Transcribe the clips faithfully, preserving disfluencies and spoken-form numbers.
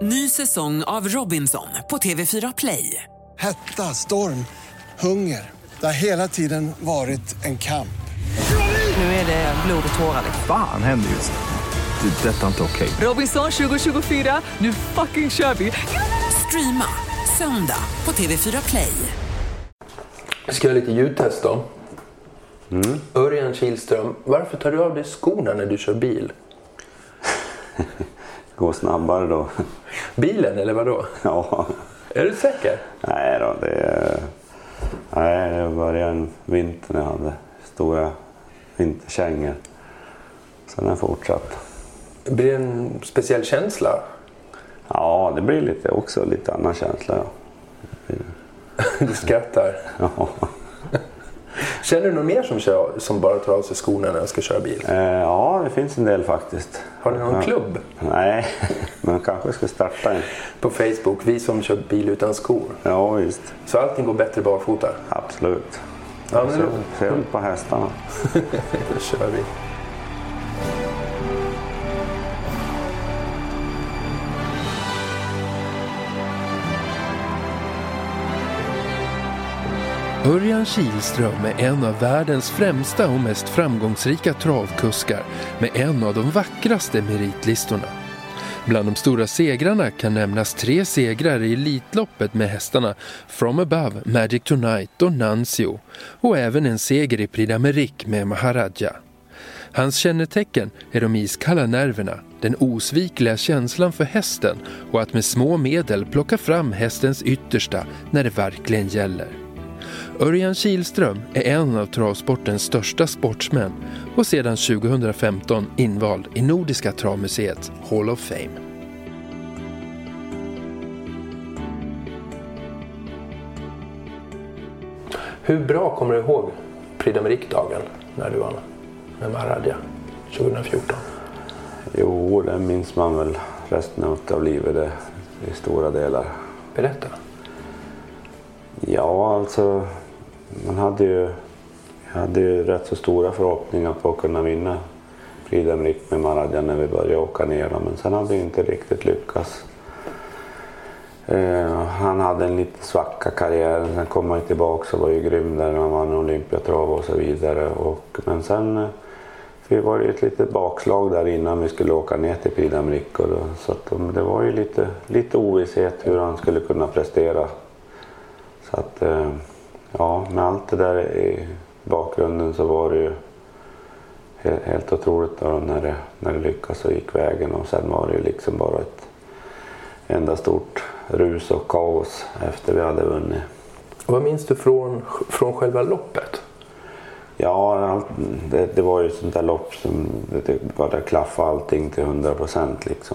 Ny säsong av Robinson på T V fyra Play. Hetta, storm, hunger. Det har hela tiden varit en kamp. Nu är det blod och tårar. Fan händer just det. Det är detta inte okej. Robinson tjugo tjugofyra, nu fucking kör vi. Streama söndag på T V fyra Play. Jag ska göra lite ljudtest då. Mm. Örjan Kihlström, varför tar du av dig skorna när du kör bil? Gå snabbare då. Bilen eller vadå? Ja. Är du säker? Nej då, det är... Nej, det började en vinter när jag hade stora vinterkängor. Sen har jag fortsatt. Blir det en speciell känsla? Ja, det blir lite också lite annan känsla. Ja. Du skrattar. Ja. Känner du någon mer som, kör, som bara tar av sig skorna när jag ska köra bil? Eh, ja, det finns en del faktiskt. Har ni någon ja. klubb? Nej, men kanske ska starta en. På Facebook, vi som kör bil utan skor. Ja, visst. Så allting går bättre barfota? Absolut. Ja, men så, ser vi på hästarna. Då kör vi. Örjan Kihlström är en av världens främsta och mest framgångsrika travkuskar med en av de vackraste meritlistorna. Bland de stora segrarna kan nämnas tre segrar i elitloppet med hästarna From Above, Magic Tonight och Nancio och även en seger i Prix d'Amérique med Maharaja. Hans kännetecken är de iskalla nerverna, den osvikliga känslan för hästen och att med små medel plocka fram hästens yttersta när det verkligen gäller. Örjan Kihlström är en av travsportens största sportsmän och sedan tjugohundrafemton invald i Nordiska travmuseets Hall of Fame. Hur bra kommer du ihåg Prix d'Amérique-dagen när du vann med Maharaja tjugohundrafjorton? Jo, det minns man väl resten av livet det, i stora delar. Berätta. Ja, alltså man hade ju, hade ju rätt så stora förhoppningar på att kunna vinna Prix d'Amérique med Maharaja när vi började åka ner. Men sen hade vi inte riktigt lyckats. Eh, han hade en lite svacka karriär. Sen kom han tillbaka och var ju grym där när han vann Olympiatrav och så vidare. Och, men sen eh, det var ju ett litet bakslag där innan vi skulle åka ner till Prix d'Amérique. Så att, det var ju lite, lite ovisshet hur han skulle kunna prestera. Så att, ja, med allt det där i bakgrunden så var det ju helt, helt otroligt då när det, när det lyckades och gick vägen. Och sen var det ju liksom bara ett enda stort rus och kaos efter vi hade vunnit. Vad minns du från, från själva loppet? Ja, det, det var ju ett sånt där lopp som det bara klaffa allting till hundra procent liksom.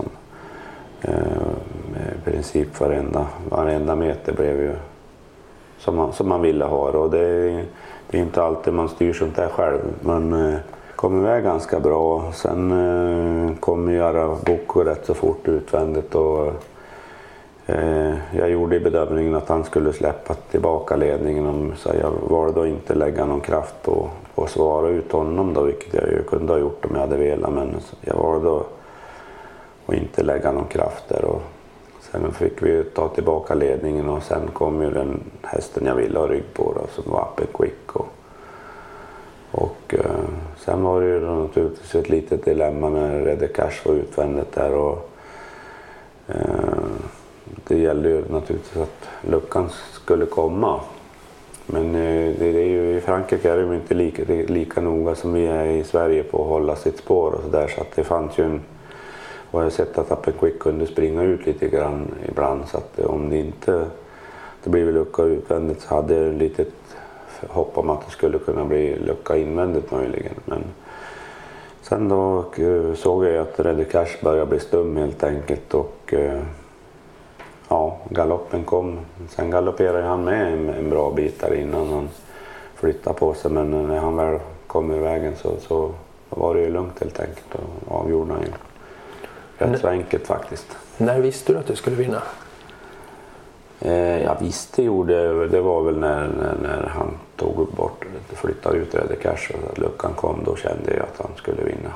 I princip varenda, varenda meter blev ju Som man, som man ville ha det. Och det är, det är inte alltid man styr sånt där själv. Men eh, kom iväg ganska bra. Sen eh, kom Jara Boko rätt så fort utvändigt. Och, eh, jag gjorde i bedömningen att han skulle släppa tillbaka ledningen. Så jag valde då inte lägga någon kraft på, på att svara ut honom. Då, vilket jag ju kunde ha gjort om jag hade velat. Men jag valde då att inte lägga någon kraft där. Och, sen fick vi ta tillbaka ledningen och sen kom ju den hästen jag ville ha rygg på då, som var Up and Quick. Och, och eh, sen var det ju då naturligtvis ett litet dilemma när Redde Cash var utvändigt där. Och, eh, det gällde ju naturligtvis att luckan skulle komma. Men eh, det är ju, i Frankrike är det ju inte lika, lika noga som vi är i Sverige på att hålla sitt spår och sådär. Så att det fanns ju en... Och jag har sett att Up and Quick kunde springa ut lite grann ibland. Så att om det inte det blev lucka utvändigt så hade jag ett litet hopp om att det skulle kunna bli lucka invändigt möjligen. Men sen då såg jag att Redde Cash började bli stum helt enkelt. Och ja, galoppen kom. Sen galopperade han med en, en bra bit där innan han flyttade på sig. Men när han väl kom i vägen så, så var det ju lugnt helt enkelt och avgjorde han ju. Rätt så enkelt faktiskt. När visste du att du skulle vinna? Eh, jag visste gjorde det var väl när, när, när han tog bort, flyttade ut Redde Cash och att luckan kom, då kände jag att han skulle vinna.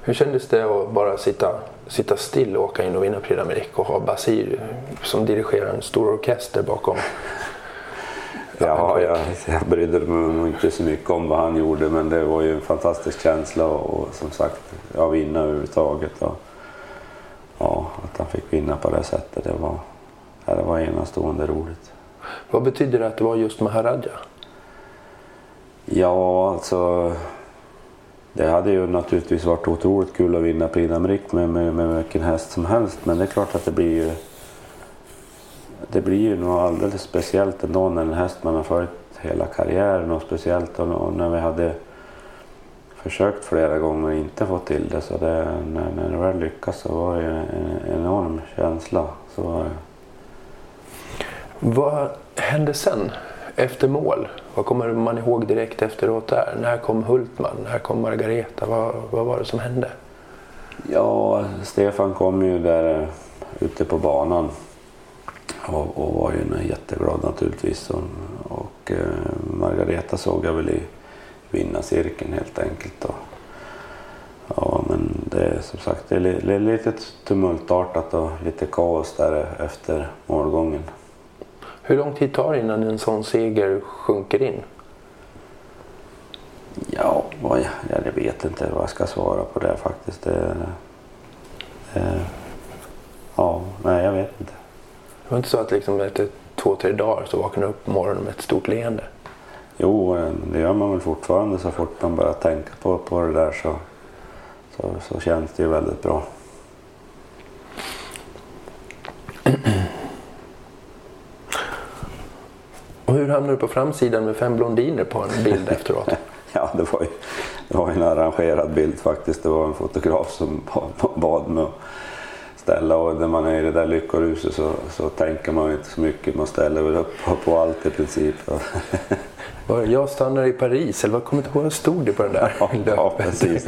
Hur kändes det att bara sitta, sitta still och åka in och vinna Prix d'Amérique och ha Basir som dirigerar en stor orkester bakom? Ja, jag, jag brydde mig nog inte så mycket om vad han gjorde, men det var ju en fantastisk känsla och, och som sagt, jag vinna överhuvudtaget. Och, ja, att han fick vinna på det sättet, det var, det var enastående roligt. Vad betyder det att det var just Maharaja? Ja, alltså det hade ju naturligtvis varit otroligt kul att vinna Prix d'Amérique med, med, med vilken häst som helst, men det är klart att det blir ju det blir ju något alldeles speciellt ändå när en häst man har följt hela karriären, och speciellt och, och när vi hade försökt flera gånger och inte fått till det, så det, när, när det väl lyckas så var det en, en enorm känsla. Så var det. Vad hände sen efter mål? Vad kommer man ihåg direkt efteråt där? När kom Hultman? När kom Margareta? Vad, vad var det som hände? Ja, Stefan kom ju där ute på banan och, och var ju jätteglad naturligtvis. Och, och eh, Margareta såg jag väl i vinnarcirkeln helt enkelt. Och, ja, men det är som sagt det är, li, det är lite tumultartat och lite kaos där efter målgången. Hur lång tid tar det innan en sån seger sjunker in? Ja, vad jag, jag vet inte vad jag ska svara på det faktiskt. Det, det, ja, nej jag vet inte. Det var inte så att liksom efter två, tre dagar så vaknade upp på morgonen med ett stort leende? Jo, det gör man väl fortfarande så fort man börjar tänka på, på det där så, så, så känns det ju väldigt bra. Och hur hamnade du på framsidan med fem blondiner på en bild efteråt? Ja, det var ju det var en arrangerad bild faktiskt. Det var en fotograf som bad mig att ställa, och när man är i det där lyckoruset så, så tänker man inte så mycket. Man ställer väl upp på, på allt i princip. Jag stannar i Paris, eller vad kommer inte ihåg, vad stod det på den där ja, löpet? Ja, precis.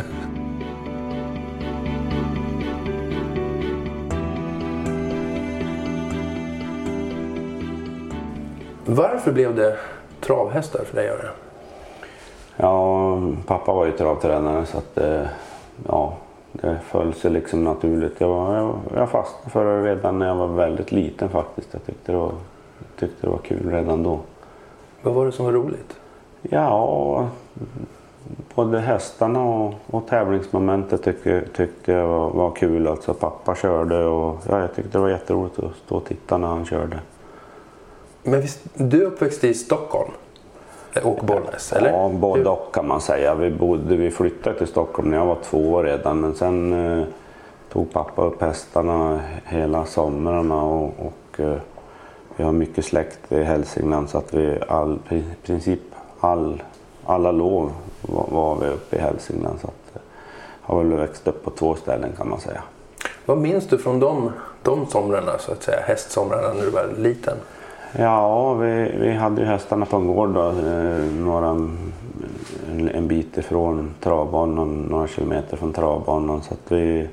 Varför blev det travhästar för dig? Ja, pappa var ju travtränare så att ja, det föll sig liksom naturligt. Jag, var, jag, jag fastnade för det redan när jag var väldigt liten faktiskt. Jag tyckte det var, tyckte det var kul redan då. Vad var det som var roligt? Ja, både hästarna och, och tävlingsmomentet tyckte, tyckte jag var, var kul. Alltså pappa körde och ja, jag tyckte det var jätteroligt att stå och titta när han körde. Men visst, du är uppväxt i Stockholm och Bollnäs, eller? Ja, både och kan man säga. Vi, bodde, vi flyttade till Stockholm när jag var två år redan, men sen eh, tog pappa upp hästarna hela somrarna och, och eh, vi har mycket släkt i Hälsingland så att vi all, i princip all, alla lov var, var vi uppe i Hälsingland, så att eh, har väl växt upp på två ställen kan man säga. Vad minns du från de, de somrarna, så att säga, hästsomrarna när du var liten? Ja, vi, vi hade ju hästarna på en gård då, eh, några, en, en bit ifrån travbanan, några kilometer från travbanan, så att vi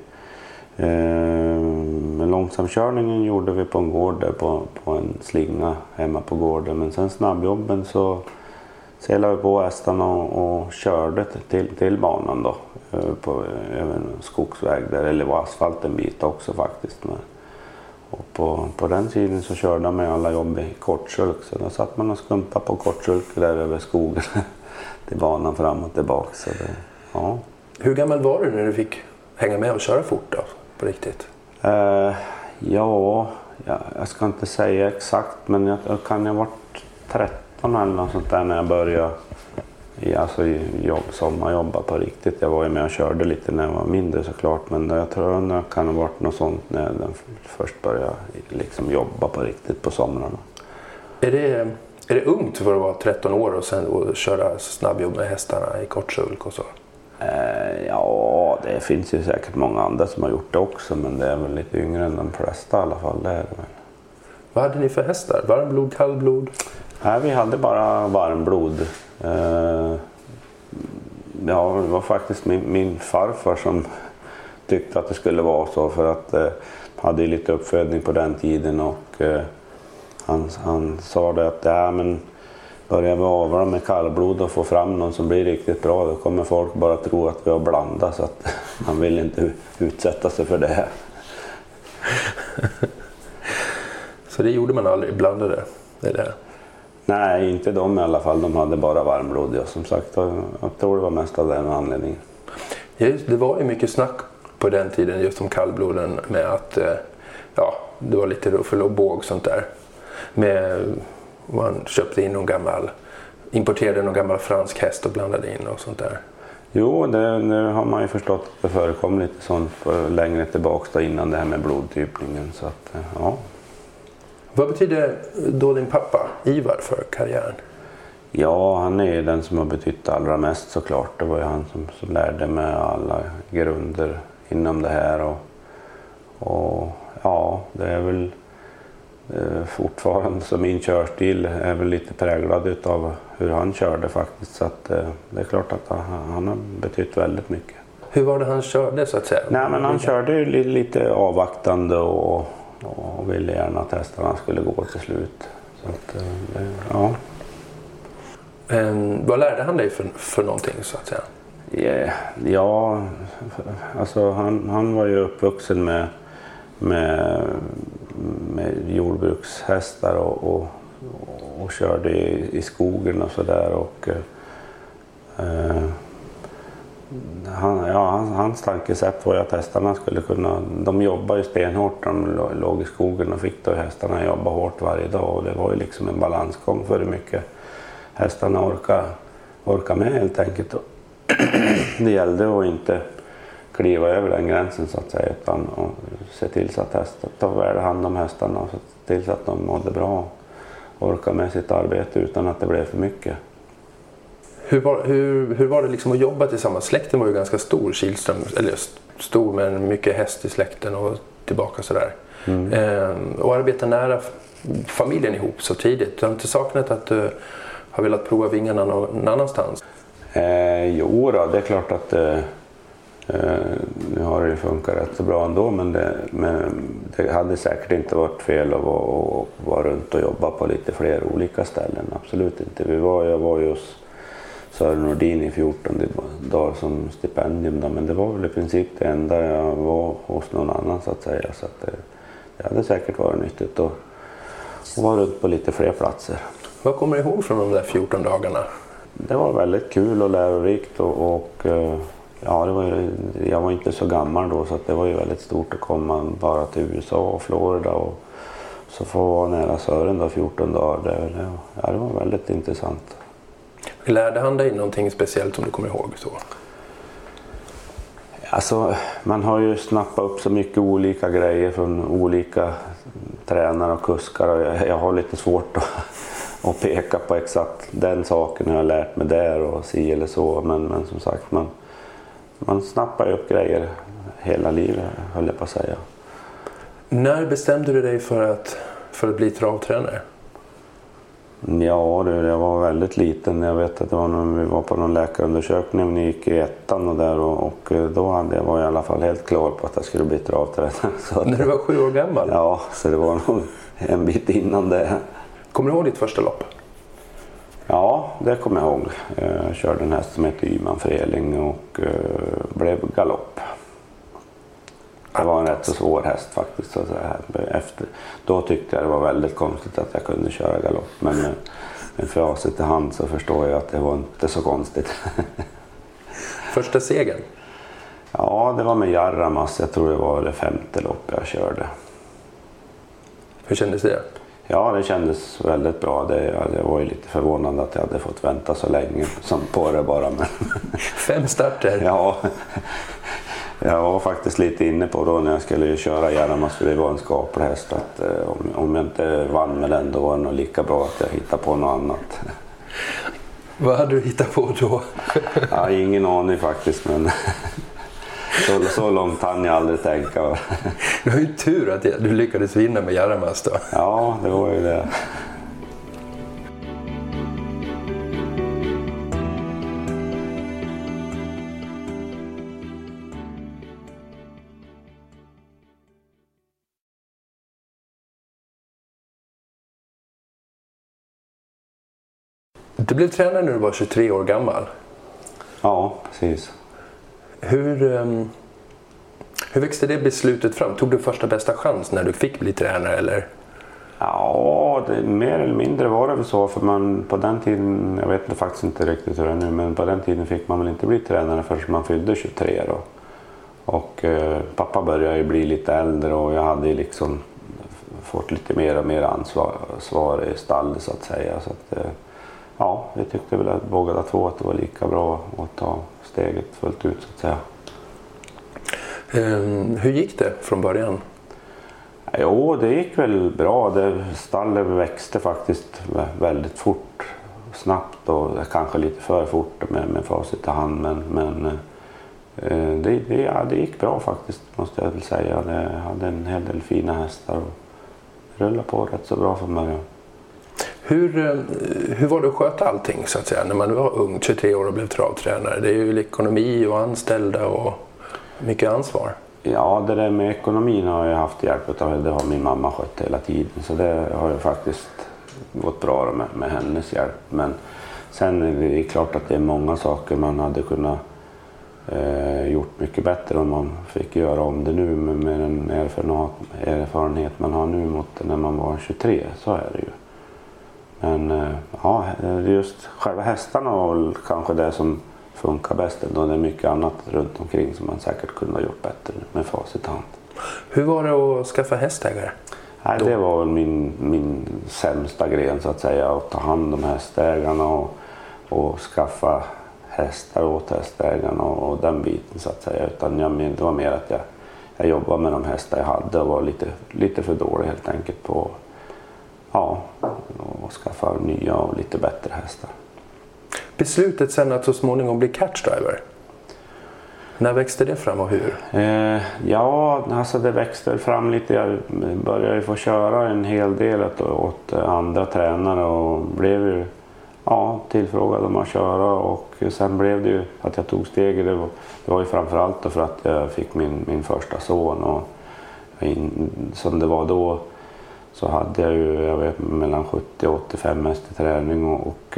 eh, långsamkörningen gjorde vi på en gård där på, på en slinga hemma på gården, men sen snabbjobben så selade vi på hästarna och, och körde till, till banan då, eh, på över en skogsväg där, eller var asfalt en bit också faktiskt. Men, och på, på den tiden så körde man alla jobb i kortsulk, så då satt man och skumpade på kortsulk där över skogen till banan fram och tillbaka. Så det, ja. Hur gammal var du när du fick hänga med och köra fort då, på riktigt? Uh, ja, ja, jag ska inte säga exakt, men jag, jag kan ha varit tretton eller något sånt där när jag började i, alltså i jobb, sommarjobba på riktigt. Jag var ju med och körde lite när jag var mindre såklart, men jag tror att det kan ha varit något sånt när jag först började liksom jobba på riktigt på somrarna. Är det, är det ungt för att vara tretton år och sen och köra snabbjobb med hästarna i kortsulk och så? Eh, ja, det finns ju säkert många andra som har gjort det också, men det är väl lite yngre än de flesta i alla fall. Det är det väl. Vad hade ni för hästar? Varmblod, kallblod? Nej, vi hade bara varmblod. Eh, ja, det var faktiskt min, min farfar som tyckte att det skulle vara så, för att eh, hade lite uppfödning på den tiden, och eh, han, han sa det att ja, men börjar vi avla med kallblod och få fram någon som blir riktigt bra, då kommer folk bara tro att vi har blandat, så att man vill inte utsätta sig för det här. Så det gjorde man aldrig, blandade det är det? Nej, inte de i alla fall. De hade bara varmblod. Ja. Som sagt, jag tror det var mest av den anledningen. Just, det var ju mycket snack på den tiden just om kallbloden med att ja, det var lite ruffel och båg och sånt där. Med, man köpte in någon gammal, importerade någon gammal fransk häst och blandade in och sånt där. Jo, det, nu har man ju förstått att det förekom lite sånt längre tillbaka då, innan det här med blodtypningen. Så att, ja. Vad betyder då din pappa, Ivar, för karriären? Ja, han är ju den som har betytt allra mest såklart. Det var ju han som, som lärde mig alla grunder inom det här. Och, och ja, det är väl eh, fortfarande som min körstil är väl lite präglad utav hur han körde faktiskt. Så att, eh, det är klart att han, han har betytt väldigt mycket. Hur var det han körde så att säga? Nej, men han körde ju li, lite avvaktande och, och ville gärna att hästarna skulle gå till slut. Så att, eh, ja. Um, vad lärde han dig för, för någonting så att säga? Yeah, ja, alltså han, han var ju uppvuxen med, med, med jordbrukshästar och, och, och körde i, i skogen och sådär. Och eh, han, ja, hans, hans tankesätt var ju att hästarna skulle kunna, de jobbar ju stenhårt när de låg i skogen och fick då hästarna jobba hårt varje dag, och det var ju liksom en balansgång för hur mycket hästarna orkar, orkar med helt enkelt. Det gällde att inte kliva över den gränsen så att säga, utan att se till så att hästarna tar väl hand om hästarna och se till så att de mådde bra och orkar med sitt arbete utan att det blev för mycket. Hur var, hur, hur var det liksom att jobba tillsammans? Släkten var ju ganska stor, Kihlström, eller stor men mycket häst i släkten och tillbaka sådär. Mm. Ehm, och arbeta nära familjen ihop så tidigt. Du har inte saknat att du har velat prova vingarna någon annanstans? Eh, jo då, det är klart att eh, nu har det ju funkat rätt så bra ändå, men det, men det hade säkert inte varit fel att vara, att vara runt och jobba på lite fler olika ställen. Absolut inte. Vi var, jag var ju hos Sören Nordin i fjorton dagar som stipendium då, men det var väl i princip det enda jag var hos någon annan så att säga. Så att det, det hade säkert varit nyttigt att, att vara runt på lite fler platser. Vad kommer du ihåg från de där fjorton dagarna? Det var väldigt kul och lärorikt och, och ja, det var, jag var inte så gammal då, så att det var ju väldigt stort att komma bara till U S A och Florida och så få vara nära Sören då fjorton dagar. Det, ja, det var väldigt intressant. Lärde han dig någonting speciellt som du kommer ihåg så? Alltså, man har ju snappat upp så mycket olika grejer från olika tränare och kuskar, och jag, jag har lite svårt att, att peka på exakt den saken jag har lärt mig där och si eller så, men, men som sagt, man, man snappar ju upp grejer hela livet, höll jag på att säga. När bestämde du dig för att, för att bli travtränare? Ja, det, jag var väldigt liten. Jag vet att det var när vi var på någon läkarundersökning när vi gick i ettan och där, och, och då hade jag var i alla fall helt klar på att jag skulle bli travtränare. Så när du var sju år gammal? Ja, så det var nog en bit innan det. Kommer du ihåg ditt första lopp? Ja, det kommer jag ihåg. Jag körde en häst som heter Yman Freling och uh, blev galopp. Det var en rätt så svår häst faktiskt. Så här. Efter, då tyckte jag det var väldigt konstigt att jag kunde köra galopp. Men med, med facit i hand så förstår jag att det var inte så konstigt. Första segern? Ja, det var med Jarramas. Jag tror det var det femte lopp jag körde. Hur kändes det? Ja, det kändes väldigt bra. Det, jag var ju lite förvånad att jag hade fått vänta så länge som på det bara. Men fem starter? Ja. Jag var faktiskt lite inne på då när jag skulle köra Jarramas, för det var en skaplig häst, att eh, om, om jag inte vann med den då var det nog lika bra att jag hittade på något annat. Vad hade du hittat på då? Ja, ingen aning faktiskt, men så, så långt hann jag aldrig tänka. Du har ju tur att du lyckades vinna med Jarramas då. Ja, det var ju det. Du blev tränare när du var tjugotre år gammal. Ja, precis. Hur, um, hur växte det beslutet fram? Tog du första bästa chans när du fick bli tränare eller? Ja, det, mer eller mindre var det väl så, för man på den tiden, jag vet faktiskt inte riktigt hur det är nu, men på den tiden fick man väl inte bli tränare förrän man fyllde tjugotre då. Och eh, pappa började ju bli lite äldre och jag hade ju liksom fått lite mer och mer ansvar, ansvar i stallet så att säga. Så att, eh, ja, vi tyckte väl att båda två att det var lika bra att ta steget fullt ut så att säga. Um, hur gick det från början? Jo, det gick väl bra. Det, stallet växte faktiskt väldigt fort, snabbt och kanske lite för fort med, med facit i hand. Men, men eh, det, det, ja, det gick bra faktiskt, måste jag väl säga. Jag hade en hel del fina hästar och rullade på rätt så bra från början. Hur, hur var det att sköta allting så att säga när man var ung, tjugotre år och blev travtränare? Det är ju ekonomi och anställda och mycket ansvar. Ja, det där med ekonomin har jag haft hjälp av. Det har min mamma skött hela tiden. Så det har ju faktiskt gått bra med, med hennes hjälp. Men sen är det klart att det är många saker man hade kunnat eh, gjort mycket bättre om man fick göra om det nu med, med den erfarenhet man har nu mot när man var tjugotre. Så är det ju. Men eh, ja, just själva hästarna var väl kanske det som funkar bäst ändå. Det är mycket annat runt omkring som man säkert kunde ha gjort bättre med facit i hand. Hur var det att skaffa hästägare? Nej, det var väl min, min sämsta gren så att säga. Att ta hand om hästägarna och, och skaffa hästar åt hästägarna och, och den biten så att säga. Utan jag, det var mer att jag, jag jobbade med de hästar jag hade och var lite, lite för dålig helt enkelt på ja, och skaffa nya och lite bättre hästar. Beslutet sen att så småningom bli catchdriver, när växte det fram och hur? Eh, ja, alltså det växte fram lite. Jag började ju få köra en hel del åt, åt andra tränare och blev ju ja, tillfrågad om att köra. Och sen blev det ju att jag tog steget. Det var, det var ju framförallt för att jag fick min, min första son. Och in, som det var då så hade jag ju jag vet, mellan sjuttio och åttiofem hästar träning och, och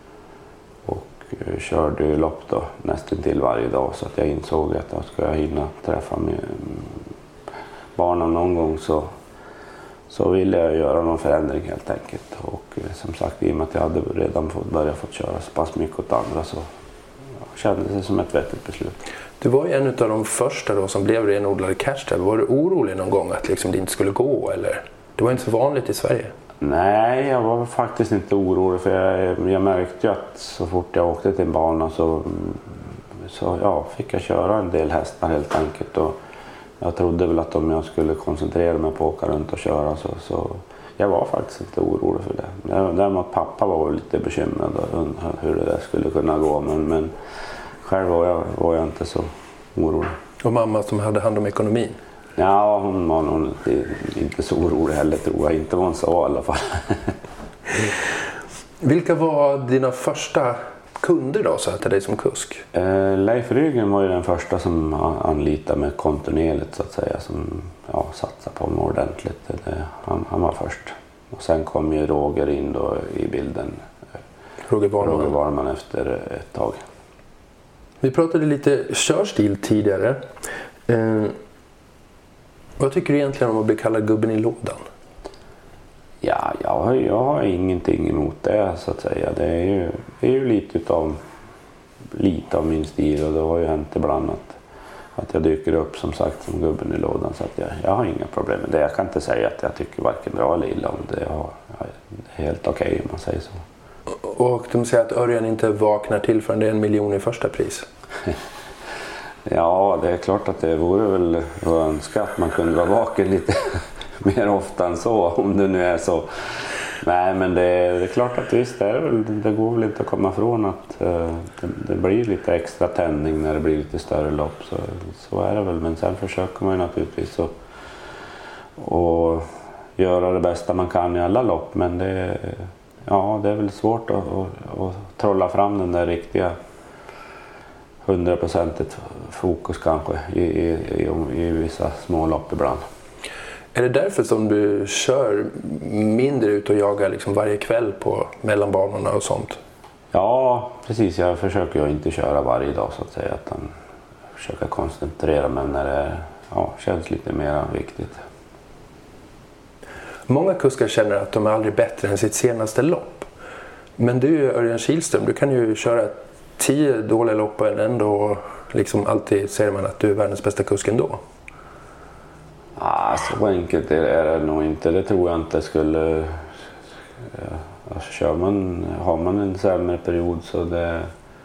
körde ju lopp då nästan till varje dag så att jag insåg att jag ska hinna träffa med barnen någon gång så, så ville jag göra någon förändring helt enkelt. Och som sagt, i och med att jag hade redan fått börja fått köra så pass mycket åt andra så ja, kändes det som ett vettigt beslut. Du var ju en av de första då som blev renodlade catchdriver. Var du orolig någon gång att liksom det inte skulle gå eller? Det var inte så vanligt i Sverige. Nej, jag var faktiskt inte orolig för jag, jag märkte ju att så fort jag åkte till en bana så, så ja, fick jag köra en del hästar helt enkelt. Och jag trodde väl att om jag skulle koncentrera mig på att åka runt och köra så, så jag var faktiskt inte orolig för det. Däremot pappa var lite bekymrad hur det där skulle kunna gå men, men själv var jag, var jag inte så orolig. Och mamma som hade hand om ekonomin? Ja, hon var nog inte, inte så orolig heller tror jag. Inte vad hon sa i alla fall. Vilka var dina första kunder då så att dig som kusk? Eh, Leif Ryggen var ju den första som anlitade mig kontinuerligt så att säga. Som ja, satsade på mig ordentligt. Det, han, han var först. Och sen kom ju Roger in då i bilden. Roger Warman. Roger Warman efter ett tag. Vi pratade lite körstil tidigare. Eh, vad tycker du egentligen om att bli kallad gubben i lådan? Ja, jag har, jag har ingenting emot det så att säga. Det är ju, det är ju lite utav, lite av min stil och det har ju hänt ibland att, att jag dyker upp som sagt som gubben i lådan så att jag, jag har inga problem med det. Jag kan inte säga att jag tycker varken bra eller illa om det. Jag har, jag, det är helt okej okay, om man säger så. Och de säger att Örjan inte vaknar till förrän det är en miljon i första pris. Ja, det är klart att det vore väl att önska att man kunde vara vaken lite mer ofta än så, om det nu är så. Nej, men det, det är klart att visst är det väl, det går väl inte att komma ifrån att uh, det, det blir lite extra tändning när det blir lite större lopp. Så, så är det väl, men sen försöker man ju naturligtvis att och göra det bästa man kan i alla lopp. Men det, ja, det är väl svårt att, att, att trolla fram den där riktiga hundraprocentigt fokus kanske i, i, i, i vissa små lopp ibland. Är det därför som du kör mindre ut och jagar liksom varje kväll på mellanbanorna och sånt? Ja, precis. Jag försöker ju inte köra varje dag så att säga. Utan försöka koncentrera mig när det ja, känns lite mer viktigt. Många kuskar känner att de är aldrig bättre än sitt senaste lopp. Men du, Örjan Kihlström, du kan ju köra tio dåliga lopp och ändå liksom alltid säger man att du är världens bästa kusk ändå. Ah, så enkelt är det nog inte. Det tror jag inte skulle... Alltså, kör man, har man en sämre period så det...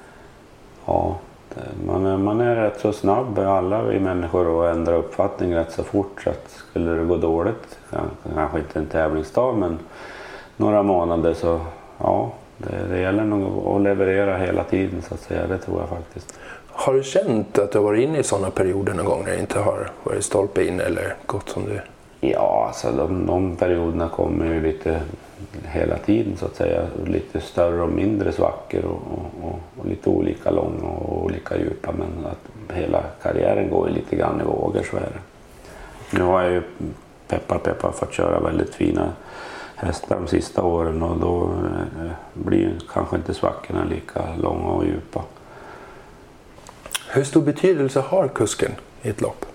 Ja, det, man, är, man är rätt så snabb, alla vi människor, och ändrar uppfattning rätt så fort. Så att skulle det gå dåligt, kanske inte en tävlingsdag, men några månader så... Ja, det, det gäller nog att leverera hela tiden så att säga. Det tror jag faktiskt. Har du känt att du har varit inne i sådana perioder någon gång när det inte har varit stolpe in eller gått som du? Ja, alltså de, de perioderna kommer ju lite hela tiden så att säga. Lite större och mindre svackor och, och, och, och lite olika långa och olika djupa. Men att hela karriären går ju lite grann i vågor, så är det. Nu har jag ju peppar peppar fått köra väldigt fina hästar de sista åren och då eh, blir kanske inte svackorna lika långa och djupa. Hur stor betydelse har kusken i ett lopp?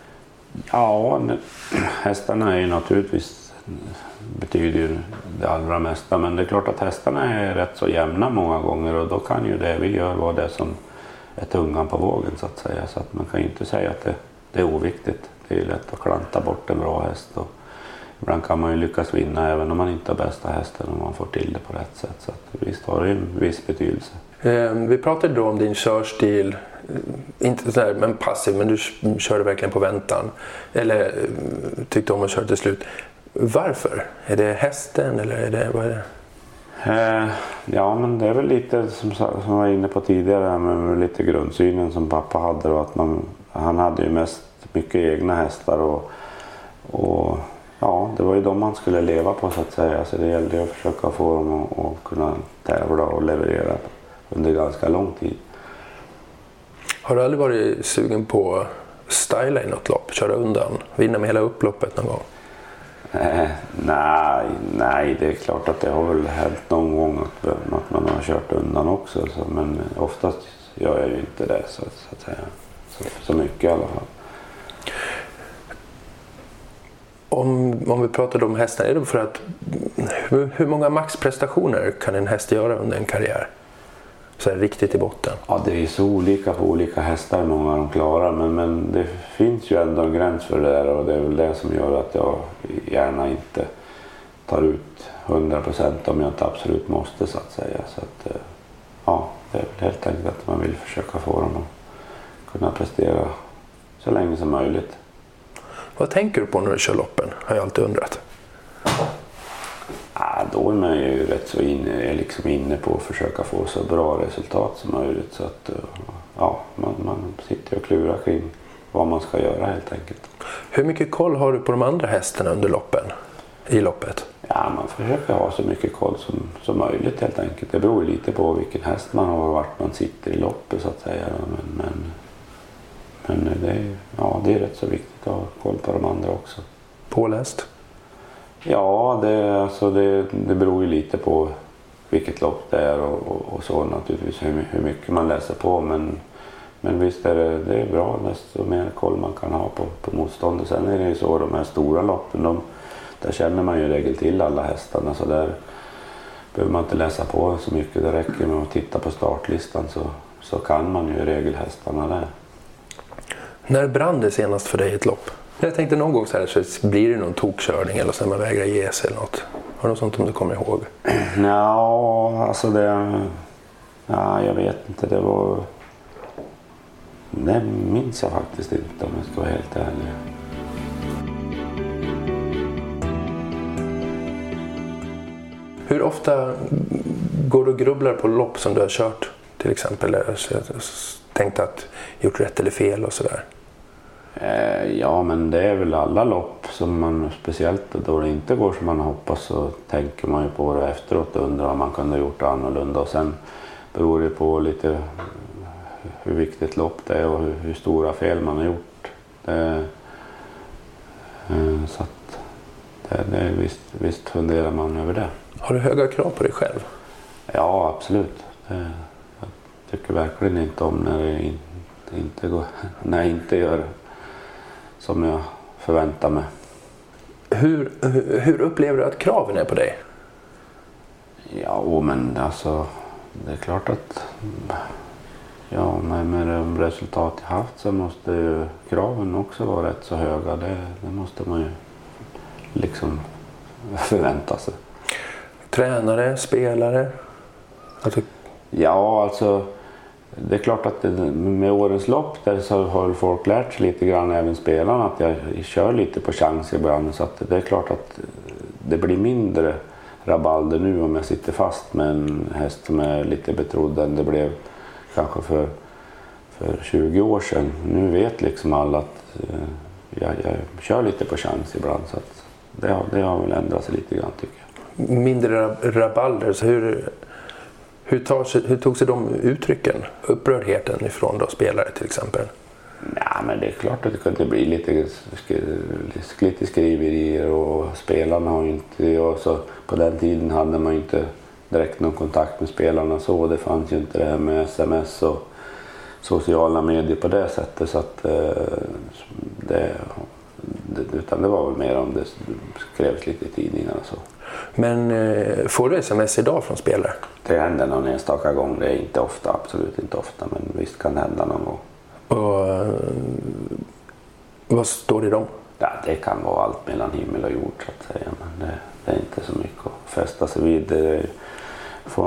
Ja, hästarna är ju naturligtvis betyder det allra mesta, men det är klart att hästarna är rätt så jämna många gånger och då kan ju det vi gör vara det som är tungan på vågen så att säga. Så att man kan ju inte säga att det, det är oviktigt. Det är ju lätt att klanta bort en bra häst och ibland kan man ju lyckas vinna även om man inte har bästa hästen och man får till det på rätt sätt. Så att visst har det en viss betydelse. Eh, vi pratade då om din körstil. Inte så här, men passiv, men du körde verkligen på väntan. Eller tyckte om att köra till slut. Varför? Är det hästen eller är det, vad är det? Eh, ja, men det är väl lite som, som jag var inne på tidigare med lite grundsynen som pappa hade. Och att man, han hade ju mest mycket egna hästar och, och ja, det var ju de man skulle leva på så att säga. Så det gällde ju att försöka få dem att, att kunna tävla och leverera under ganska lång tid. Har du aldrig varit sugen på att styla i något lopp? Köra undan? Vinna med hela upploppet någon gång? Eh, nej, nej, det är klart att det har väl hänt någon gång att, att man har kört undan också. Så, men oftast gör jag ju inte det så, så att säga. Så, så mycket i alla fall. Om, om vi pratar om hästar, är det för att hur, hur många maxprestationer kan en häst göra under en karriär? Så här riktigt i botten. Ja, det är så olika på olika hästar hur många de klarar. Men, men det finns ju ändå en gräns för det där och det är väl det som gör att jag gärna inte tar ut hundra procent om jag inte absolut måste så att säga. Så att, ja, det är väl helt enkelt att man vill försöka få dem att kunna prestera så länge som möjligt. Vad tänker du på när du kör loppen? Har jag alltid undrat. Ja, då är man ju rätt så inne, är liksom inne på att försöka få så bra resultat som möjligt. Så att ja, man, man sitter och klurar kring vad man ska göra helt enkelt. Hur mycket koll har du på de andra hästarna under loppen? I loppet? Ja, man försöker ha så mycket koll som, som möjligt helt enkelt. Det beror lite på vilken häst man har och vart man sitter i loppet så att säga. Men, men, men det, är, ja, det är rätt så viktigt att ha koll på de andra också. Påläst? Ja, det, alltså det, det beror ju lite på vilket lopp det är och, och, och så naturligtvis hur, hur mycket man läser på. Men, men visst är det, det är bra, desto mer koll man kan ha på, på motståndet. Sen är det ju så, de här stora loppen, de, där känner man ju i regel till alla hästarna. Så där behöver man inte läsa på så mycket, det räcker med att titta på startlistan så, så kan man ju i regel hästarna där. När brann det senast för dig ett lopp? Jag tänkte någon gång så här så blir det någon tokkörning eller så när man vägrar ge sig eller något. Har du något sånt som du kommer ihåg? Ja, alltså det... Ja, jag vet inte. Det var... Det minns jag faktiskt inte om jag ska vara helt ärlig. Hur ofta går du och grubblar på lopp som du har kört till exempel? Eller tänkt att gjort rätt eller fel och sådär? Ja, men det är väl alla lopp som man, speciellt då det inte går som man hoppas, så tänker man ju på det efteråt och undrar om man kunde ha gjort annorlunda. Och sen beror det på lite hur viktigt lopp det är och hur, hur stora fel man har gjort. Det, så att det, det är visst, visst funderar man över det. Har du höga krav på dig själv? Ja, absolut. Det, jag tycker verkligen inte om när det inte, inte går, när jag inte gör som jag förväntar mig. Hur, hur upplever du att kraven är på dig? Ja, men alltså det är klart att ja, med, med de resultat jag haft så måste ju kraven också vara rätt så höga. Det, det måste man ju liksom förvänta sig. Tränare, spelare? Alltså... Ja, alltså det är klart att det, med årens lopp där så har folk lärt sig lite grann, även spelarna, att jag kör lite på chans ibland. Så att det är klart att det blir mindre rabalder nu om jag sitter fast med en häst som är lite betrodd än det blev kanske för, för tjugo år sedan. Nu vet liksom alla att eh, jag, jag kör lite på chans ibland, så att det, har, det har väl ändrat sig lite grann tycker jag. Mindre rabalder, så hur, hur, tar sig, hur tog sig de uttrycken? Upprördheten ifrån då spelare till exempel? Ja, men det är klart att det kunde bli lite, lite skriverier och spelarna har ju inte, och så på den tiden hade man ju inte direkt någon kontakt med spelarna så, det fanns ju inte det här med sms och sociala medier på det sättet, så att det, utan det var väl mer om det skrevs lite i tidningarna så. Men får du sms idag från spelare? Det händer någon enstaka gång, det är inte ofta, absolut inte ofta, men visst kan det hända någon gång. Och vad står det i dem? Ja, det kan vara allt mellan himmel och jord så att säga, men det, det är inte så mycket att fästa sig vid. Det får,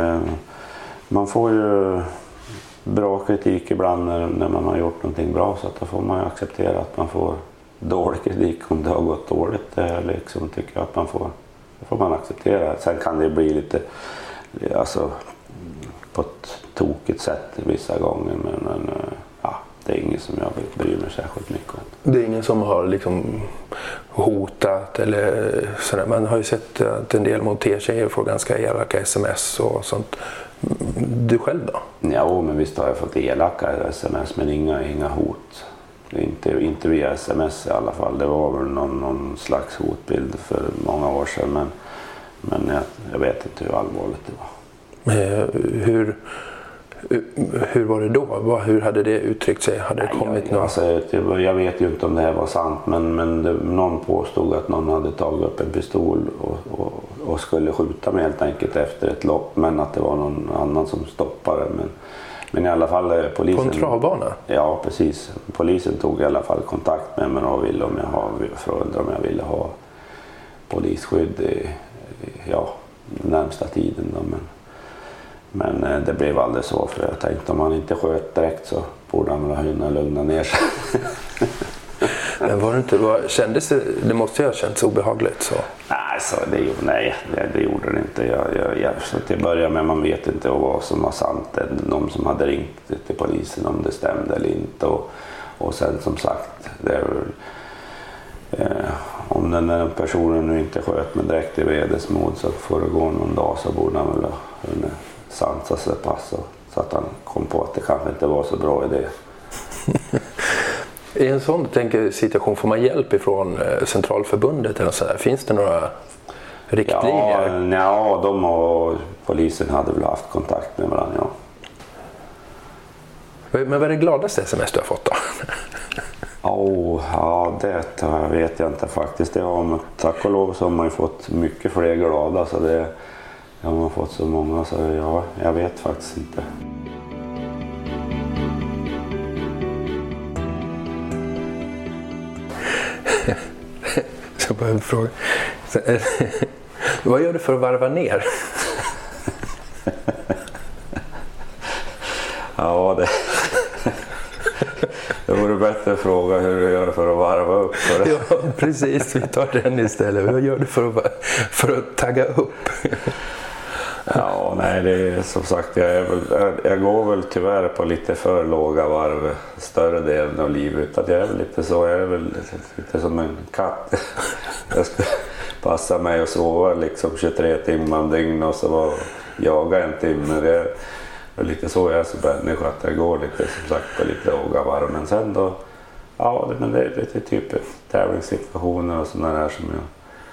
man får ju bra kritik ibland när, när man har gjort någonting bra, så att då får man ju acceptera att man får dålig kritik om det har gått dåligt. Det liksom, tycker jag att man får, det får man acceptera. Sen kan det bli lite alltså, på ett tokigt sätt vissa gånger, men, men ja, det är ingen som jag bryr mig särskilt mycket om. Det är ingen som har liksom hotat eller sådär. Man har ju sett att en del montertjejer får ganska elaka sms och sånt. Du själv då? Ja, men visst har jag fått elaka sms, men inga, inga hot. Inte, inte via sms i alla fall. Det var väl någon, någon slags hotbild för många år sedan, men, men jag, jag vet inte hur allvarligt det var. Eh, hur, hur var det då? Hur hade det uttryckt sig? Hade det kommit jag, någon... alltså, jag vet ju inte om det här var sant, men, men det, någon påstod att någon hade tagit upp en pistol och, och, och skulle skjuta mig helt enkelt efter ett lopp, men att det var någon annan som stoppade. Men, men i alla fall polisen... På en travbana? Ja, precis. Polisen tog i alla fall kontakt med mig och ville om jag, ha, frågade om jag ville ha polisskydd i, ja, närmsta tiden då, men Men det blev aldrig så, för jag tänkte om man inte sköt direkt så borde han väl hinna lugna ner sig. Men var det inte, var, kändes det, det måste ju ha känts obehagligt så? Nej, så det, nej det, det gjorde det inte. Jag, jag, jag, så till att börja med, man vet inte vad som var sant. De som hade ringt till polisen om det stämde eller inte. Och, och sen som sagt, det är väl, eh, om den där personen nu inte sköt med direkt i vredesmod så får det gå någon dag så borde han väl ha sansa sig pass, så att han kom på att det kanske inte var så bra idé. I en sån tänker, situation får man hjälp ifrån centralförbundet eller så där? Finns det några riktlinjer? Ja, ja, de och polisen hade väl haft kontakt med varandra, ja. Men vad är det gladaste sms du har fått då? Oh, ja, det vet jag inte faktiskt. Det har man, tack och lov så har man ju fått mycket fler glada, så det jag har fått så många, så ja, jag vet faktiskt inte. Så bara en fråga. Så, äh, vad gör du för att varva ner? Ja, det... Det vore bättre att fråga hur du gör för att varva upp. För ja, precis. Vi tar den istället. Vad gör du för att, för att tagga upp? Ja, nej, det är som sagt, jag, är väl, jag går väl tyvärr på lite för låga varv större delen av livet. Att jag är väl lite så, jag är väl lite som en katt. Jag ska passa mig och sova liksom tjugotre timmar om dygn och så var jaga en timme. Det är, det är lite så jag är som människa, att jag går lite som sagt på lite låga varv. Men sen då, ja, men det är lite typ tävlingssituationer och sådana där som jag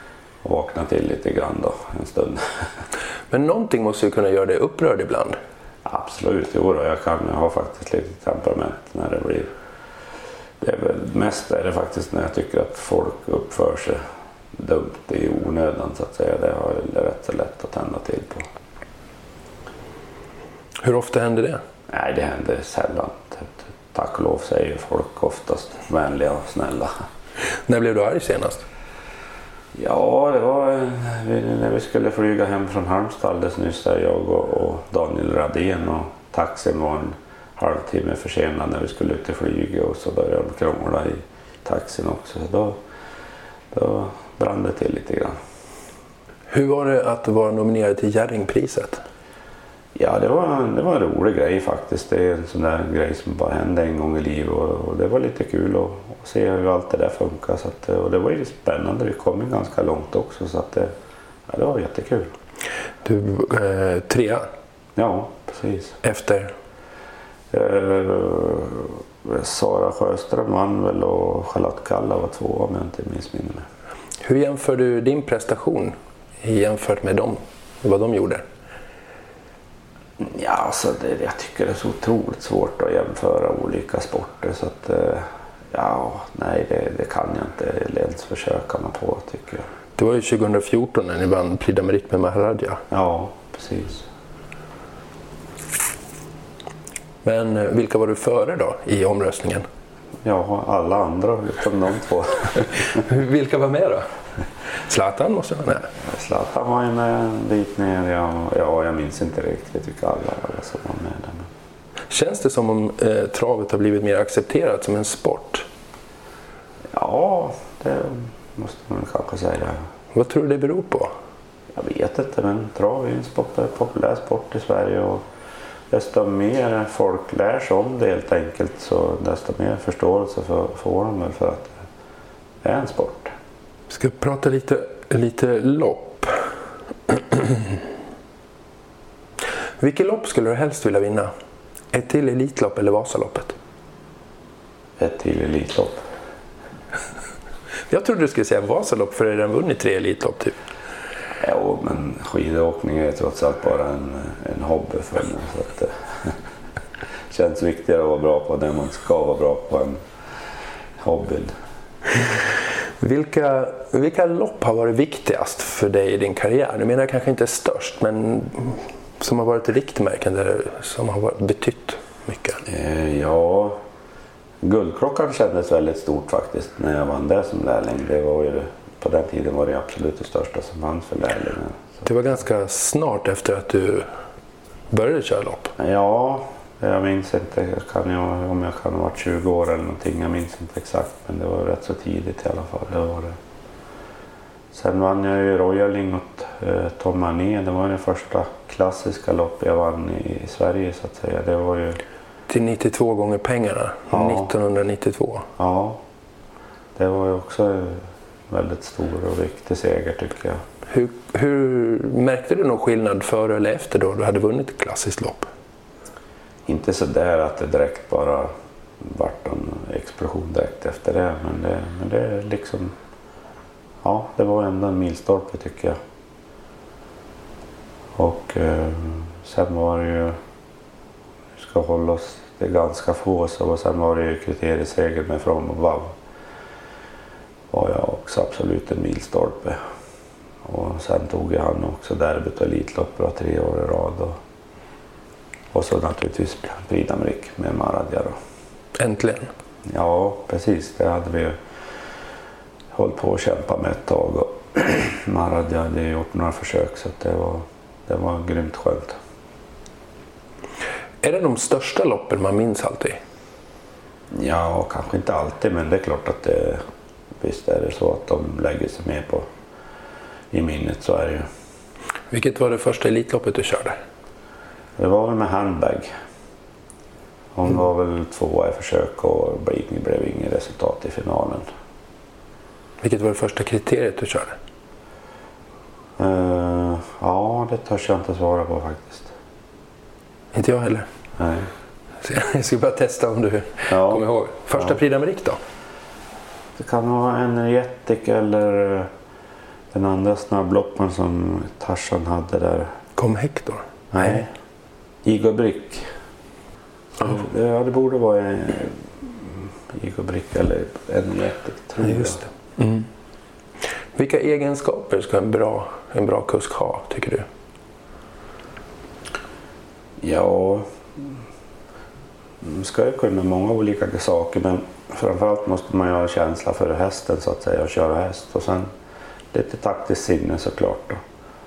vaknar till lite grann då en stund. Men någonting måste ju kunna göra dig upprörd ibland. Absolut, jo då, jag kan jag har faktiskt lite temperament när det blir. Det är väl mest är det faktiskt när jag tycker att folk uppför sig dumt i onödan så att säga. Det har jag rätt så lätt att tända till på. Hur ofta händer det? Nej, det händer sällan. Tack och lov säger folk oftast vänliga och snälla. När blev du arg senast? Ja, det var när vi skulle flyga hem från Halmstad alldeles nyss där jag och, och Daniel Radén och taxin var en halvtimme försenad när vi skulle ut till flyget och så började de krångla i taxin också. Så då, då brann det till lite grann. Hur var det att vara nominerad till Jerringpriset? Ja, det var, det var en rolig grej faktiskt. Det är en sån där grej som bara hände en gång i livet och, och det var lite kul att, att se hur allt det där funkar. Så att, och det var ju spännande, vi kom ju ganska långt också så att det, ja, det var jättekul. Du, eh, trea? Ja, precis. Efter? Eh, Sara Sjöström vann väl och Charlotte Kalla var två om jag inte minns minne med. Hur jämför du din prestation jämfört med dem? Vad de gjorde? Ja, alltså det, jag tycker det är så otroligt svårt att jämföra olika sporter så att ja, nej det, det kan jag inte ens försöka mig på tycker jag. Det var ju tjugo fjorton när ni vann Prix d'Amérique med Maharadja. Ja, precis. Men vilka var du före då i omröstningen? Ja, alla andra utom de två. Vilka var med då? Zlatan måste vara med. Zlatan var ju med en bit ner. Ja, ja, jag minns inte riktigt vilka alla, alla som var med där. Känns det som om eh, travet har blivit mer accepterat som en sport? Ja, det måste man kanske säga. Vad tror du det beror på? Jag vet inte, men trav är en sport, en populär sport i Sverige och desto mer folk lär sig om det helt enkelt så desto mer förståelse för, får de väl för att det är en sport. Vi ska prata lite, lite lopp. Vilket lopp skulle du helst vilja vinna? Ett till Elitlopp eller Vasaloppet? Ett till Elitlopp. Jag trodde du skulle säga Vasalopp för den vunnit tre Elitlopp typ. Ja, men skidåkning är trots allt bara en, en hobby för mig. Så att det känns viktigare att vara bra på det man ska vara bra på en hobby. Vilka, vilka lopp har varit viktigast för dig i din karriär? Nu menar jag kanske inte störst, men som har varit riktmärken där, som har varit betytt mycket. Eh, ja, Guldklockan kändes väldigt stort faktiskt när jag vann det som lärling. Det var ju, på den tiden var det absolut det största som fanns för lärlingar. Så. Det var ganska snart efter att du började köra lopp. Ja, jag minns inte kan jag, om jag kan ha varit tjugo år eller någonting. Jag minns inte exakt, men det var rätt så tidigt i alla fall. Det var det. Sen vann jag ju Royaling åt eh, Tom Mané. Det var den första klassiska lopp jag vann i, i Sverige så att säga. Det var ju... Till nittiotvå gånger pengarna, ja. nittonhundranittiotvå. Ja, det var ju också en väldigt stor och viktig seger tycker jag. Hur, hur märkte du någon skillnad före eller efter då du hade vunnit ett klassiskt lopp? Inte så där att det direkt bara vart en explosion direkt efter det. Men det, men det är liksom... Ja, det var ändå en milstolpe tycker jag. Och eh, sen var det ju... Vi ska hålla oss det ganska få så. Och sen var det ju kriterieseger med From Above. Var jag också absolut en milstolpe. Och sen tog jag han också derbyt och Elitlopp tre år i rad. Och, och så naturligtvis Prix d'Amérique med Maharadja då. Äntligen. Ja, precis. Det hade vi ju hållit på att kämpa med ett tag. Och Maharadja hade gjort några försök så att det var, det var grymt skönt. Är det de största loppen man minns alltid? Ja, kanske inte alltid, men det är klart att det, visst är det så att de lägger sig med på i minnet, så är det ju. Vilket var det första Elitloppet du körde? Det var väl med handbag. Hon mm. var väl tvåa i försök och det blev inget resultat i finalen. Vilket var det första kriteriet du körde? Uh, ja, det törs jag inte svara på faktiskt. Inte jag heller. Nej. Så jag ska bara testa om du ja. kommer ihåg. Första ja. Prix d'Amérique då? Det kan vara Energetic eller den andra snabbloppen som Tarzan hade där. Kom Hector? Nej. Igor Brick. Mm. Ja, det borde vara en Igor Brick eller en jätte, tror jag. Just det. Mm. Vilka egenskaper ska en bra, en bra kusk ha, tycker du? Ja, man ska ju kunna många olika saker, men framförallt måste man ju ha känsla för hästen så att säga och köra häst, och sen lite taktiskt sinne såklart då.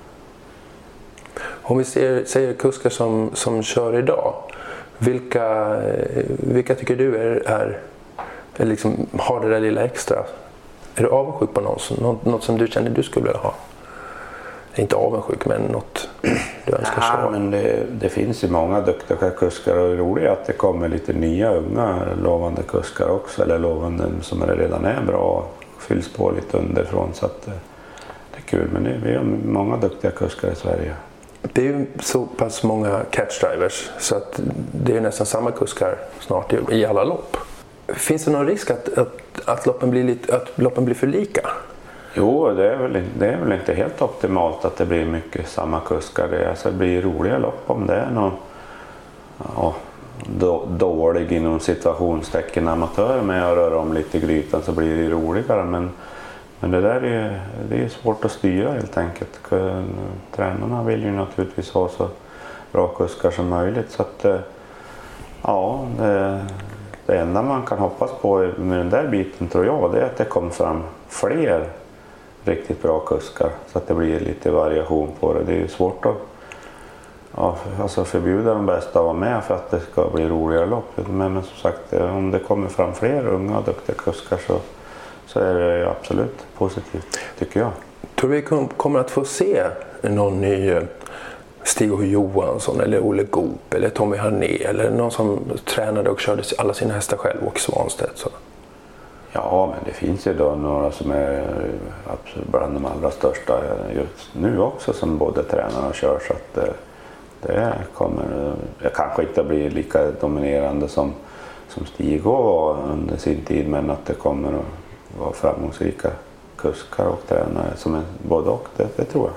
Om vi ser, säger kuskar som, som kör idag, vilka, vilka tycker du är, är, är liksom, har det där lilla extra? Är du avundsjuk på någon, något, något som du känner du skulle vilja ha? Inte avundsjuk, men något du önskar ja, köra? Men det, det finns ju många duktiga kuskar, och det är roligt att det kommer lite nya unga lovande kuskar också, eller lovande som redan är bra och fylls på lite underifrån, så att det är kul. Men det, vi har många duktiga kuskar i Sverige. Det är ju så pass många catchdrivers så att det är nästan samma kuskar snart i, i alla lopp. Finns det någon risk att, att, att, loppen, blir lite, att loppen blir för lika? Jo, det är, väl, det är väl inte helt optimalt att det blir mycket samma kuskar. Det, alltså, det blir roliga lopp om det är någon ja, då, dålig inom situationstecken amatör med att röra om lite i grytan, så blir det roligare. Men, men det där är, det är svårt att styra helt enkelt. Tränarna vill ju naturligtvis ha så bra kuskar som möjligt. Så att, ja, det, det enda man kan hoppas på med den där biten tror jag, det är att det kommer fram fler riktigt bra kuskar så att det blir lite variation på det. Det är ju svårt att ja, alltså förbjuda de bästa att vara med för att det ska bli roligare lopp. Men, men som sagt, om det kommer fram fler unga och duktiga kuskar så, så är det absolut positivt, tycker jag. Tror vi kommer att få se någon ny Stig O. Johansson eller Olle Goop eller Tommy Harné eller någon som tränade och körde alla sina hästar själv, och Svanstedt? Så. Ja, men det finns ju då några som är absolut bland de allra största just nu också som både tränar och kör, så att det, det kommer jag kanske inte bli lika dominerande som, som Stig var under sin tid, men att det kommer att vara framgångsrika kuskar och tränare som är både och, det, det tror jag.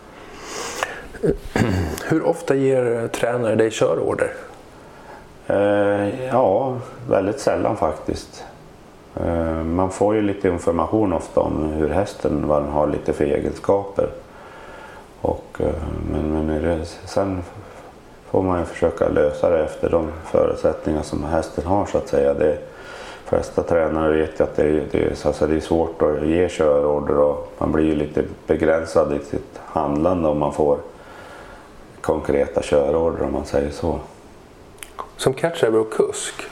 Hur ofta ger tränare dig körorder? Eh, ja, väldigt sällan faktiskt. Eh, man får ju lite information ofta om hur hästen, vad den har lite för egenskaper. Och, eh, men men det, sen får man ju försöka lösa det efter de förutsättningar som hästen har, så att säga. Det, flesta tränare vet att det, det, alltså det är svårt att ge körorder, och man blir ju lite begränsad i sitt handlande om man får konkreta körorder, om man säger så. Som catchdriver och kusk,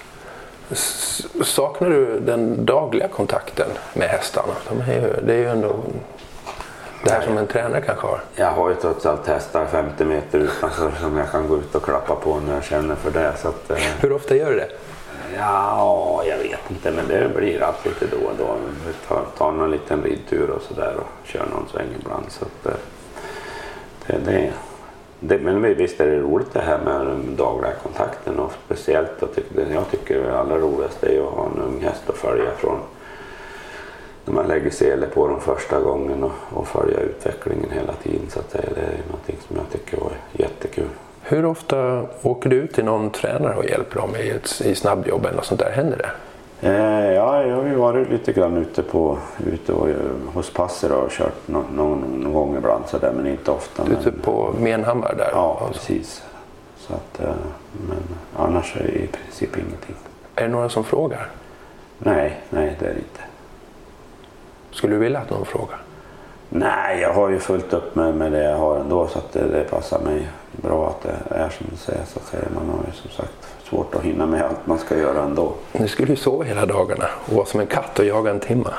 saknar du den dagliga kontakten med hästarna? De är ju, det är ju ändå det här som en tränare kanske har. Jag har ju trots allt hästar femtio meter utanför som jag kan gå ut och klappa på när jag känner för det. Så att, hur ofta gör du det? Ja, jag vet inte, men det blir alltid lite då och då. Vi tar, tar någon liten ridtur och sådär och kör någon sväng ibland. Så att, det, det, det, men visst är det roligt det här med den dagliga kontakten, och speciellt jag tycker, jag tycker det allra roligaste är att ha en ung häst att följa från när man lägger sele på dem första gången och, och följa utvecklingen hela tiden. Så att det är någonting som jag tycker var jättekul. Hur ofta åker du ut till någon tränare och hjälper dem i, ett, i snabbjobb eller sånt där? Händer det? Eh, ja, jag har ju varit lite grann ute, på, ute och, hos passer och kört någon, någon, någon gång ibland så där, men inte ofta. Du är typ på Menhammar där? Ja, alltså. Precis. Så att, eh, men annars är det i princip ingenting. Är det några som frågar? Nej, nej det är det inte. Skulle du vilja att någon frågar? Nej, jag har ju fullt upp med, med det jag har ändå, så att det, det passar mig bra att det är som du säger. Så att säga. Man har ju som sagt svårt att hinna med allt man ska göra ändå. Du skulle ju sova hela dagarna och vara som en katt och jaga en timma.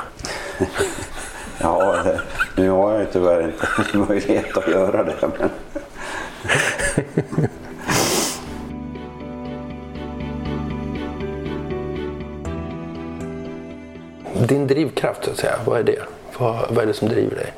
Ja, det, nu har jag ju tyvärr inte möjlighet att göra det. Men... Din drivkraft så att säga, vad är det? Vad, vad är det som driver dig?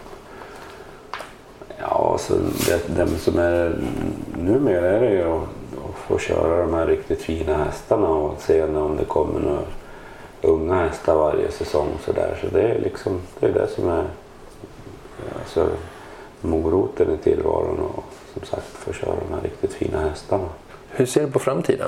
Ja, så det, det som är numera är det ju att, att få köra de här riktigt fina hästarna och se om det kommer några unga hästar varje säsong så där. Så det är liksom det, är det som är alltså, moroten i tillvaron, och som sagt få köra de här riktigt fina hästarna. Hur ser du på framtiden?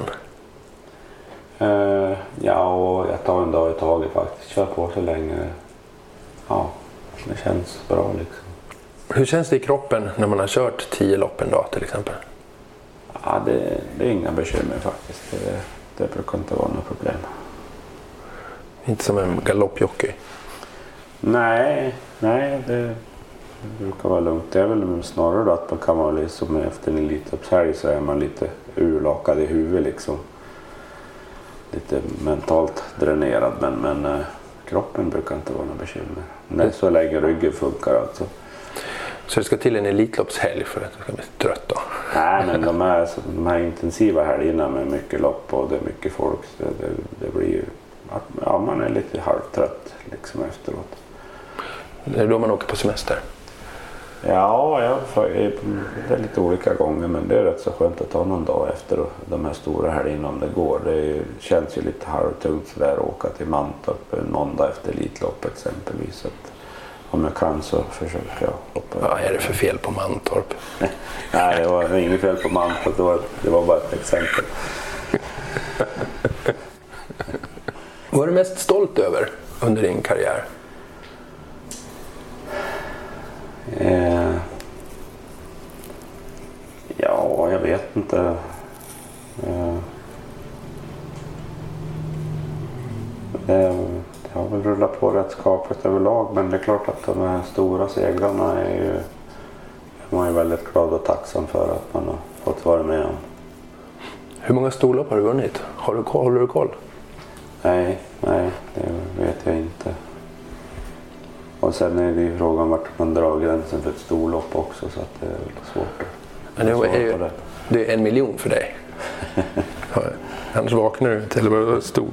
Uh, ja, och jag tar en dag i taget faktiskt. Kör på så länge. Ja, det känns bra liksom. Hur känns det i kroppen när man har kört tio lopp en dag till exempel? Ja, det, det är inga bekymmer faktiskt. Det, det brukar inte vara något problem. Inte som en galoppjockey? Nej, nej det, det brukar vara lugnt. Det är väl snarare att man kan vara liksom efter en elitloppshelg så är man lite urlakad i huvudet liksom. Lite mentalt dränerad, men, men äh, kroppen brukar inte vara något bekymmer. Nej, så länge ryggen funkar alltså. Så det ska till en elitloppshelg för att du ska bli trött då? Nej, men de här, de här intensiva helgerna med mycket lopp och det är mycket folk, det, det, det blir ju att ja, man är lite halvtrött liksom efteråt. Det är då man åker på semester? Ja, jag, det är lite olika gånger, men det är rätt så skönt att ta någon dag efter de här stora helgerna om det går. Det känns ju lite halvtungt så där att åka till Mantorp en måndag efter elitlopp exempelvis. Så att om jag kan så försöker jag hoppa. Vad är det för fel på Mantorp? Nej, det var inget fel på Mantorp, det var, det var bara ett exempel. Vad är du mest stolt över under din karriär? Eh, ja, jag vet inte. Eh, det, det har väl rullat på rätt skapligt överlag, men det är klart att de här stora segrarna är ju, man är väldigt glad och tacksam för att man har fått vara med om. Hur många storlopp har du vunnit? Har du, håller du koll? Nej, nej, det vet jag inte. Och sen är det ju frågan vart man drar gränsen för ett storlopp också, så att det är svårt att Men det, är ju, det. det är en miljon för dig. Annars vaknar du inte eller bara stod.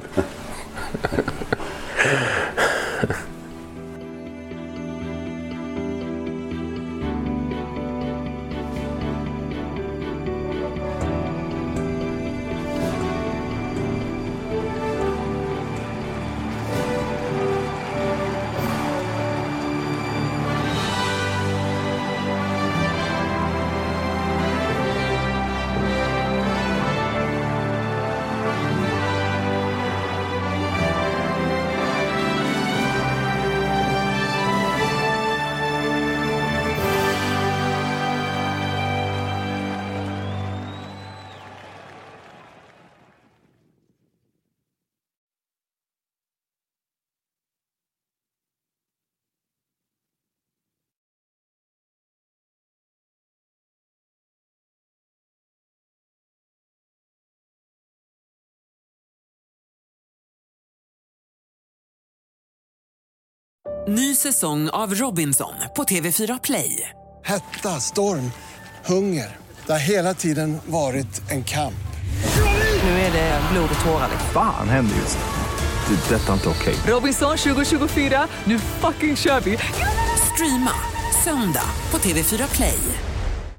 Ny säsong av Robinson på T V fyra Play. Hetta, storm, hunger. Det har hela tiden varit en kamp. Nu är det blod och tårar. Fan händer just det. Det är detta inte okej. Robinson tjugo tjugofyra, nu fucking kör vi. Streama söndag på T V fyra Play.